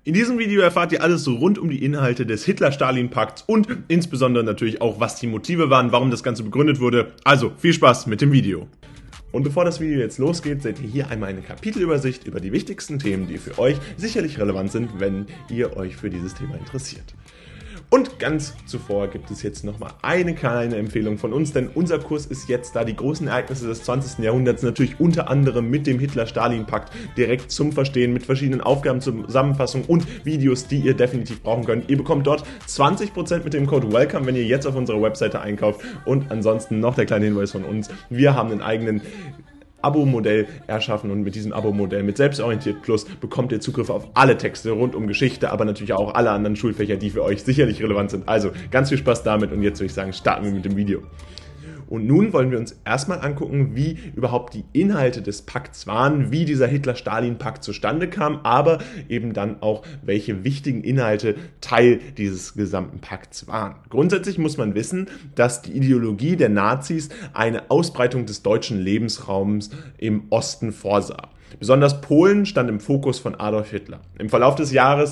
In diesem Video erfahrt ihr alles rund um die Inhalte des Hitler-Stalin-Pakts und insbesondere natürlich auch, was die Motive waren, warum das Ganze begründet wurde. Also viel Spaß mit dem Video. Und bevor das Video jetzt losgeht, seht ihr hier einmal eine Kapitelübersicht über die wichtigsten Themen, die für euch sicherlich relevant sind, wenn ihr euch für dieses Thema interessiert. Und ganz zuvor gibt es jetzt nochmal eine kleine Empfehlung von uns, denn unser Kurs ist jetzt da, die großen Ereignisse des 20. Jahrhunderts, natürlich unter anderem mit dem Hitler-Stalin-Pakt direkt zum Verstehen, mit verschiedenen Aufgaben zur Zusammenfassung und Videos, die ihr definitiv brauchen könnt. Ihr bekommt dort 20% mit dem Code WELCOME, wenn ihr jetzt auf unserer Webseite einkauft. Und ansonsten noch der kleine Hinweis von uns, wir haben einen eigenen Abo-Modell erschaffen und mit diesem Abo-Modell mit Selbstorientiert Plus bekommt ihr Zugriff auf alle Texte rund um Geschichte, aber natürlich auch alle anderen Schulfächer, die für euch sicherlich relevant sind. Also ganz viel Spaß damit und jetzt würde ich sagen, starten wir mit dem Video. Und nun wollen wir uns erstmal angucken, wie überhaupt die Inhalte des Pakts waren, wie dieser Hitler-Stalin-Pakt zustande kam, aber eben dann auch, welche wichtigen Inhalte Teil dieses gesamten Pakts waren. Grundsätzlich muss man wissen, dass die Ideologie der Nazis eine Ausbreitung des deutschen Lebensraums im Osten vorsah. Besonders Polen stand im Fokus von Adolf Hitler. Im Verlauf des Jahres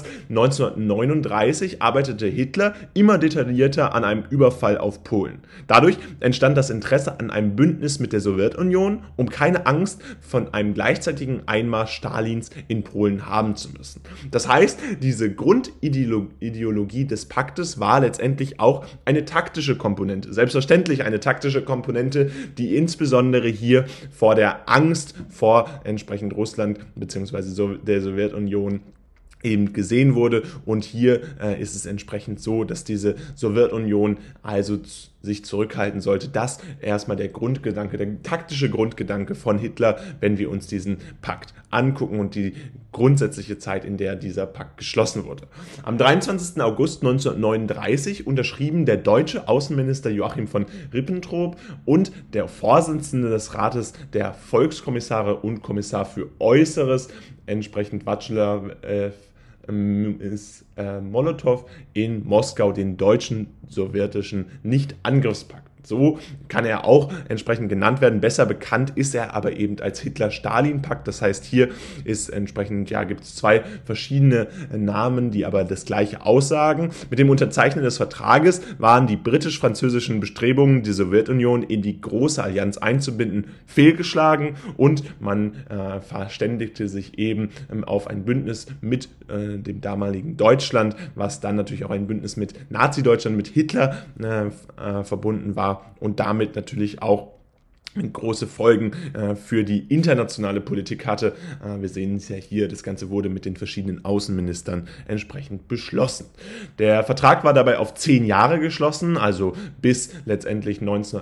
1939 arbeitete Hitler immer detaillierter an einem Überfall auf Polen. Dadurch entstand das Interesse an einem Bündnis mit der Sowjetunion, um keine Angst von einem gleichzeitigen Einmarsch Stalins in Polen haben zu müssen. Das heißt, diese Grundideologie des Paktes war letztendlich auch eine taktische Komponente. Selbstverständlich eine taktische Komponente, die insbesondere hier vor der Angst vor entsprechend Russland bzw. der Sowjetunion eben gesehen wurde, und hier ist es entsprechend so, dass diese Sowjetunion also sich zurückhalten sollte. Das erstmal der Grundgedanke, der taktische Grundgedanke von Hitler, wenn wir uns diesen Pakt angucken und die grundsätzliche Zeit, in der dieser Pakt geschlossen wurde. Am 23. August 1939 unterschrieben der deutsche Außenminister Joachim von Ribbentrop und der Vorsitzende des Rates der Volkskommissare und Kommissar für Äußeres, entsprechend Václav Molotow, in Moskau den deutschen sowjetischen Nicht-Angriffspakt. So kann er auch entsprechend genannt werden. Besser bekannt ist er aber eben als Hitler-Stalin-Pakt. Das heißt, hier ist entsprechend, gibt es zwei verschiedene Namen, die aber das Gleiche aussagen. Mit dem Unterzeichnen des Vertrages waren die britisch-französischen Bestrebungen, die Sowjetunion in die große Allianz einzubinden, fehlgeschlagen, und man verständigte sich eben auf ein Bündnis mit dem damaligen Deutschland, was dann natürlich auch ein Bündnis mit Nazi-Deutschland, mit Hitler verbunden war. Und damit natürlich auch große Folgen für die internationale Politik hatte. Wir sehen es ja hier, das Ganze wurde mit den verschiedenen Außenministern entsprechend beschlossen. Der Vertrag war dabei auf 10 Jahre geschlossen, also bis letztendlich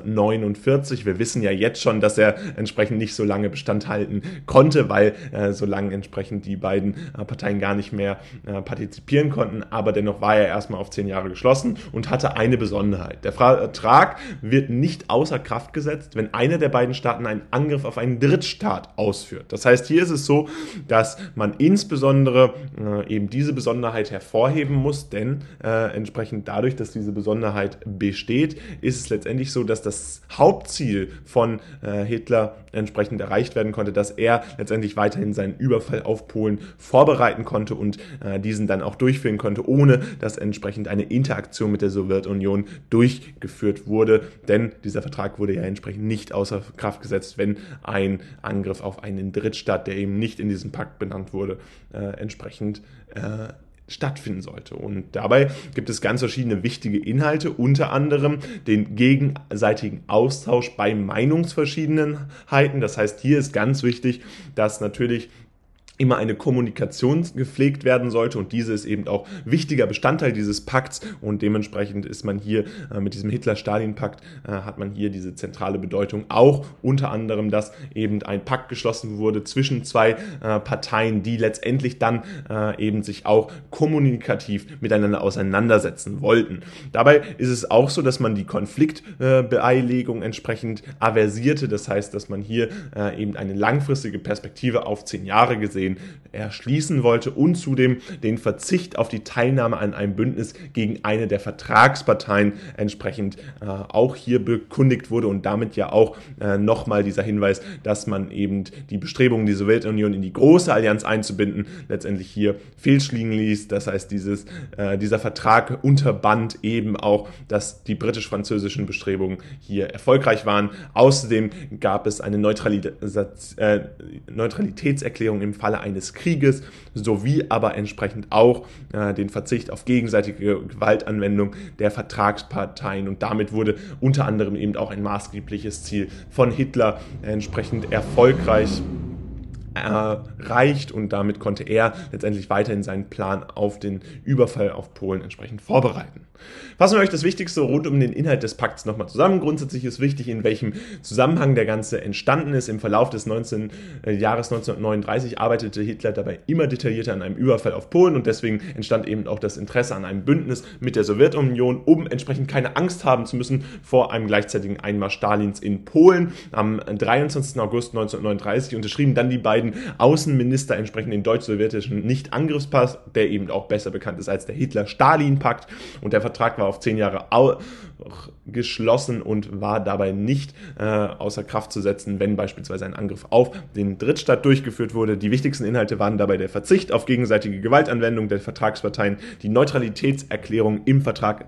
1949. Wir wissen ja jetzt schon, dass er entsprechend nicht so lange Bestand halten konnte, weil so lange entsprechend die beiden Parteien gar nicht mehr partizipieren konnten, aber dennoch war er erstmal auf 10 Jahre geschlossen und hatte eine Besonderheit. Der Vertrag wird nicht außer Kraft gesetzt, wenn einer der beiden Staaten einen Angriff auf einen Drittstaat ausführt. Das heißt, hier ist es so, dass man insbesondere eben diese Besonderheit hervorheben muss, denn entsprechend dadurch, dass diese Besonderheit besteht, ist es letztendlich so, dass das Hauptziel von Hitler entsprechend erreicht werden konnte, dass er letztendlich weiterhin seinen Überfall auf Polen vorbereiten konnte und diesen dann auch durchführen konnte, ohne dass entsprechend eine Interaktion mit der Sowjetunion durchgeführt wurde, denn dieser Vertrag wurde ja entsprechend nicht außer Kraft gesetzt, wenn ein Angriff auf einen Drittstaat, der eben nicht in diesem Pakt benannt wurde, entsprechend stattfinden sollte. Und dabei gibt es ganz verschiedene wichtige Inhalte, unter anderem den gegenseitigen Austausch bei Meinungsverschiedenheiten. Das heißt, hier ist ganz wichtig, dass natürlich immer eine Kommunikation gepflegt werden sollte, und diese ist eben auch wichtiger Bestandteil dieses Pakts, und dementsprechend ist man hier mit diesem Hitler-Stalin-Pakt hat man hier diese zentrale Bedeutung, auch unter anderem, dass eben ein Pakt geschlossen wurde zwischen zwei Parteien, die letztendlich dann eben sich auch kommunikativ miteinander auseinandersetzen wollten. Dabei ist es auch so, dass man die Konfliktbeilegung entsprechend aversierte, das heißt, dass man hier eben eine langfristige Perspektive auf 10 Jahre gesehen Versehen erschließen wollte und zudem den Verzicht auf die Teilnahme an einem Bündnis gegen eine der Vertragsparteien entsprechend auch hier bekundigt wurde und damit ja auch nochmal dieser Hinweis, dass man eben die Bestrebungen, die Sowjetunion in die große Allianz einzubinden, letztendlich hier fehlschlagen ließ. Das heißt, dieser Vertrag unterband eben auch, dass die britisch-französischen Bestrebungen hier erfolgreich waren. Außerdem gab es eine Neutralitätserklärung im Falle eines Krieges, sowie aber entsprechend auch den Verzicht auf gegenseitige Gewaltanwendung der Vertragsparteien. Und damit wurde unter anderem eben auch ein maßgebliches Ziel von Hitler entsprechend erfolgreich erreicht und damit konnte er letztendlich weiterhin seinen Plan auf den Überfall auf Polen entsprechend vorbereiten. Fassen wir euch das Wichtigste rund um den Inhalt des Pakts nochmal zusammen. Grundsätzlich ist wichtig, in welchem Zusammenhang der Ganze entstanden ist. Im Verlauf des Jahres 1939 arbeitete Hitler dabei immer detaillierter an einem Überfall auf Polen und deswegen entstand eben auch das Interesse an einem Bündnis mit der Sowjetunion, um entsprechend keine Angst haben zu müssen vor einem gleichzeitigen Einmarsch Stalins in Polen. Am 23. August 1939 unterschrieben dann die beiden Außenminister entsprechend den deutsch-sowjetischen Nicht-Angriffspakt, der eben auch besser bekannt ist als der Hitler-Stalin-Pakt, und der Vertrag war auf 10 Jahre geschlossen und war dabei nicht außer Kraft zu setzen, wenn beispielsweise ein Angriff auf den Drittstaat durchgeführt wurde. Die wichtigsten Inhalte waren dabei der Verzicht auf gegenseitige Gewaltanwendung der Vertragsparteien, die Neutralitätserklärung im Vertrag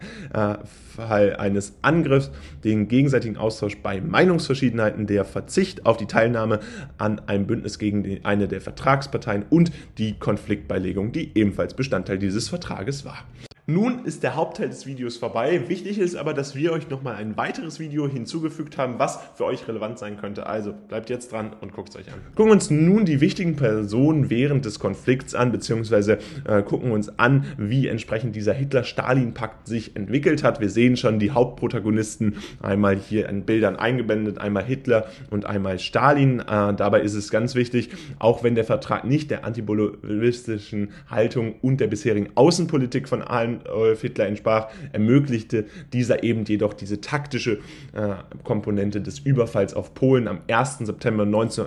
Fall eines Angriffs, den gegenseitigen Austausch bei Meinungsverschiedenheiten, der Verzicht auf die Teilnahme an einem Bündnis gegen eine der Vertragsparteien und die Konfliktbeilegung, die ebenfalls Bestandteil dieses Vertrages war. Nun ist der Hauptteil des Videos vorbei. Wichtig ist aber, dass wir euch nochmal ein weiteres Video hinzugefügt haben, was für euch relevant sein könnte. Also bleibt jetzt dran und guckt es euch an. Gucken wir uns nun die wichtigen Personen während des Konflikts an, beziehungsweise gucken uns an, wie entsprechend dieser Hitler-Stalin-Pakt sich entwickelt hat. Wir sehen schon die Hauptprotagonisten einmal hier in Bildern eingeblendet, einmal Hitler und einmal Stalin. Dabei ist es ganz wichtig, auch wenn der Vertrag nicht der antibolschewistischen Haltung und der bisherigen Außenpolitik von Adolf Hitler entsprach, ermöglichte dieser eben jedoch diese taktische Komponente des Überfalls auf Polen am 1. September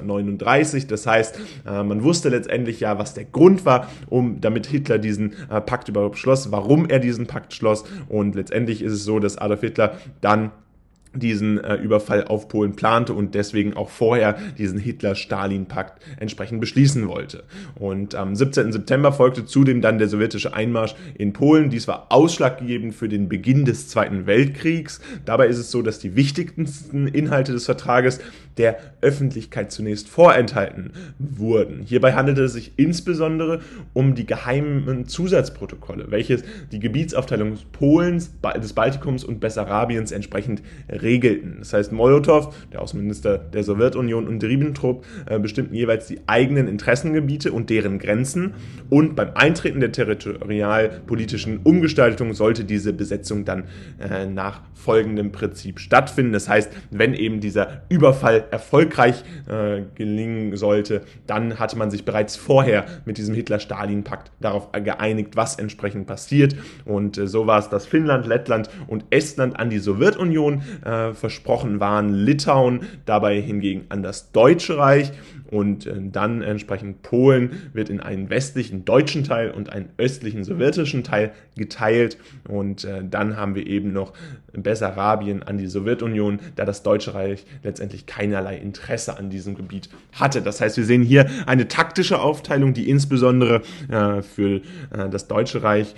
1939. Das heißt, man wusste letztendlich ja, was der Grund war, damit Hitler diesen Pakt überhaupt schloss, warum er diesen Pakt schloss, und letztendlich ist es so, dass Adolf Hitler dann diesen Überfall auf Polen plante und deswegen auch vorher diesen Hitler-Stalin-Pakt entsprechend beschließen wollte. Und am 17. September folgte zudem dann der sowjetische Einmarsch in Polen. Dies war ausschlaggebend für den Beginn des Zweiten Weltkriegs. Dabei ist es so, dass die wichtigsten Inhalte des Vertrages der Öffentlichkeit zunächst vorenthalten wurden. Hierbei handelte es sich insbesondere um die geheimen Zusatzprotokolle, welches die Gebietsaufteilung Polens, des Baltikums und Bessarabiens entsprechend regelten. Das heißt, Molotow, der Außenminister der Sowjetunion, und Ribbentrop bestimmten jeweils die eigenen Interessengebiete und deren Grenzen, und beim Eintreten der territorialpolitischen Umgestaltung sollte diese Besetzung dann nach folgendem Prinzip stattfinden. Das heißt, wenn eben dieser Überfall erfolgreich gelingen sollte, dann hatte man sich bereits vorher mit diesem Hitler-Stalin-Pakt darauf geeinigt, was entsprechend passiert, und so war es, dass Finnland, Lettland und Estland an die Sowjetunion versprochen waren, Litauen dabei hingegen an das Deutsche Reich, und dann entsprechend Polen wird in einen westlichen deutschen Teil und einen östlichen sowjetischen Teil geteilt, und dann haben wir eben noch Bessarabien an die Sowjetunion, da das Deutsche Reich letztendlich keinerlei Interesse an diesem Gebiet hatte. Das heißt, wir sehen hier eine taktische Aufteilung, die insbesondere für das Deutsche Reich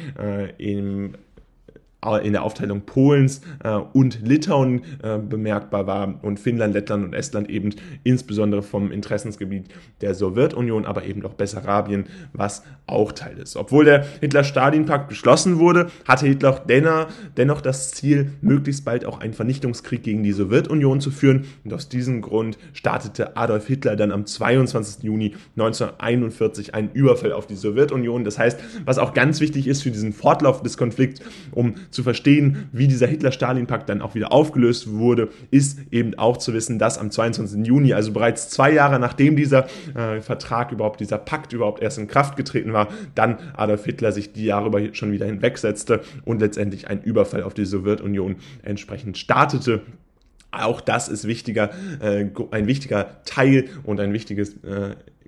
in der Aufteilung Polens und Litauen bemerkbar war, und Finnland, Lettland und Estland eben insbesondere vom Interessensgebiet der Sowjetunion, aber eben auch Bessarabien, was auch Teil ist. Obwohl der Hitler-Stalin-Pakt beschlossen wurde, hatte Hitler dennoch das Ziel, möglichst bald auch einen Vernichtungskrieg gegen die Sowjetunion zu führen, und aus diesem Grund startete Adolf Hitler dann am 22. Juni 1941 einen Überfall auf die Sowjetunion. Das heißt, was auch ganz wichtig ist für diesen Fortlauf des Konflikts, um zu verstehen, wie dieser Hitler-Stalin-Pakt dann auch wieder aufgelöst wurde, ist eben auch zu wissen, dass am 22. Juni, also bereits 2 Jahre nachdem dieser dieser Pakt überhaupt erst in Kraft getreten war, dann Adolf Hitler sich darüber schon wieder hinwegsetzte und letztendlich einen Überfall auf die Sowjetunion entsprechend startete. Auch das ist ein wichtiger Teil und ein wichtiges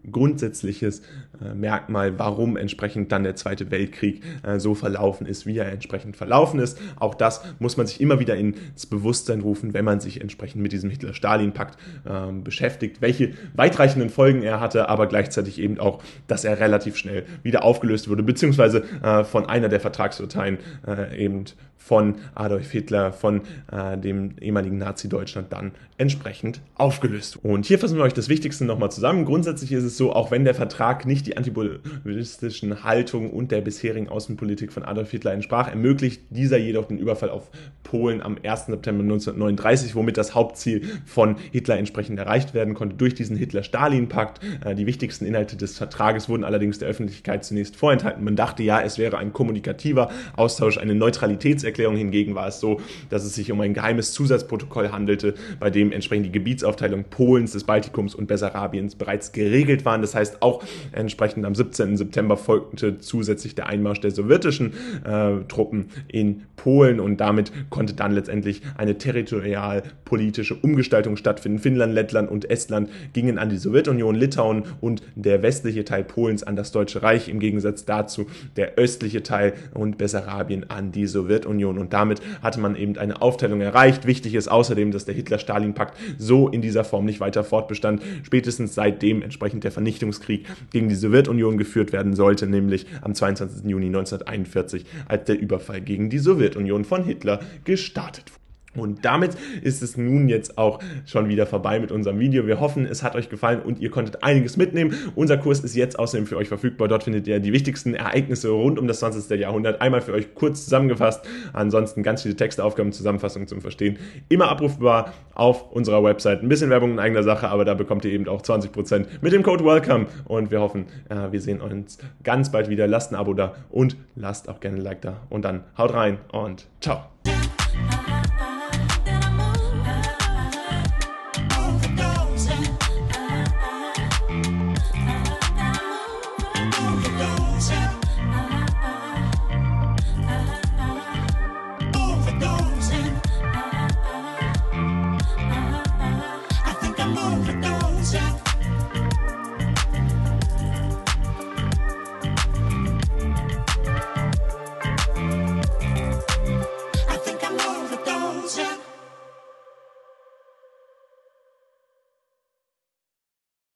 grundsätzliches Merkmal, warum entsprechend dann der Zweite Weltkrieg so verlaufen ist, wie er entsprechend verlaufen ist. Auch das muss man sich immer wieder ins Bewusstsein rufen, wenn man sich entsprechend mit diesem Hitler-Stalin-Pakt beschäftigt, welche weitreichenden Folgen er hatte, aber gleichzeitig eben auch, dass er relativ schnell wieder aufgelöst wurde, beziehungsweise von einer der Vertragsparteien eben von Adolf Hitler, von dem ehemaligen Nazi-Deutschland dann entsprechend aufgelöst. Und hier fassen wir euch das Wichtigste nochmal zusammen. Grundsätzlich ist es so, auch wenn der Vertrag nicht die antibolschewistischen Haltung und der bisherigen Außenpolitik von Adolf Hitler entsprach, ermöglicht dieser jedoch den Überfall auf Polen am 1. September 1939, womit das Hauptziel von Hitler entsprechend erreicht werden konnte durch diesen Hitler-Stalin-Pakt. Die wichtigsten Inhalte des Vertrages wurden allerdings der Öffentlichkeit zunächst vorenthalten. Man dachte ja, es wäre ein kommunikativer Austausch, eine Neutralitätserklärung. Hingegen war es so, dass es sich um ein geheimes Zusatzprotokoll handelte, bei dem entsprechend die Gebietsaufteilung Polens, des Baltikums und Bessarabiens bereits geregelt waren. Das heißt, auch entsprechend am 17. September folgte zusätzlich der Einmarsch der sowjetischen Truppen in Polen und damit konnte dann letztendlich eine territorial-politische Umgestaltung stattfinden. Finnland, Lettland und Estland gingen an die Sowjetunion, Litauen und der westliche Teil Polens an das Deutsche Reich, im Gegensatz dazu der östliche Teil und Bessarabien an die Sowjetunion. Und damit hatte man eben eine Aufteilung erreicht. Wichtig ist außerdem, dass der Hitler-Stalin-Pakt so in dieser Form nicht weiter fortbestand, spätestens seitdem entsprechend der Vernichtungskrieg gegen die Sowjetunion geführt werden sollte, nämlich am 22. Juni 1941, als der Überfall gegen die Sowjetunion von Hitler gestartet wurde. Und damit ist es nun jetzt auch schon wieder vorbei mit unserem Video. Wir hoffen, es hat euch gefallen und ihr konntet einiges mitnehmen. Unser Kurs ist jetzt außerdem für euch verfügbar. Dort findet ihr die wichtigsten Ereignisse rund um das 20. Jahrhundert einmal für euch kurz zusammengefasst. Ansonsten ganz viele Texte, Aufgaben, Zusammenfassungen zum Verstehen. Immer abrufbar auf unserer Website. Ein bisschen Werbung in eigener Sache, aber da bekommt ihr eben auch 20% mit dem Code WELCOME. Und wir hoffen, wir sehen uns ganz bald wieder. Lasst ein Abo da und lasst auch gerne ein Like da. Und dann haut rein und ciao.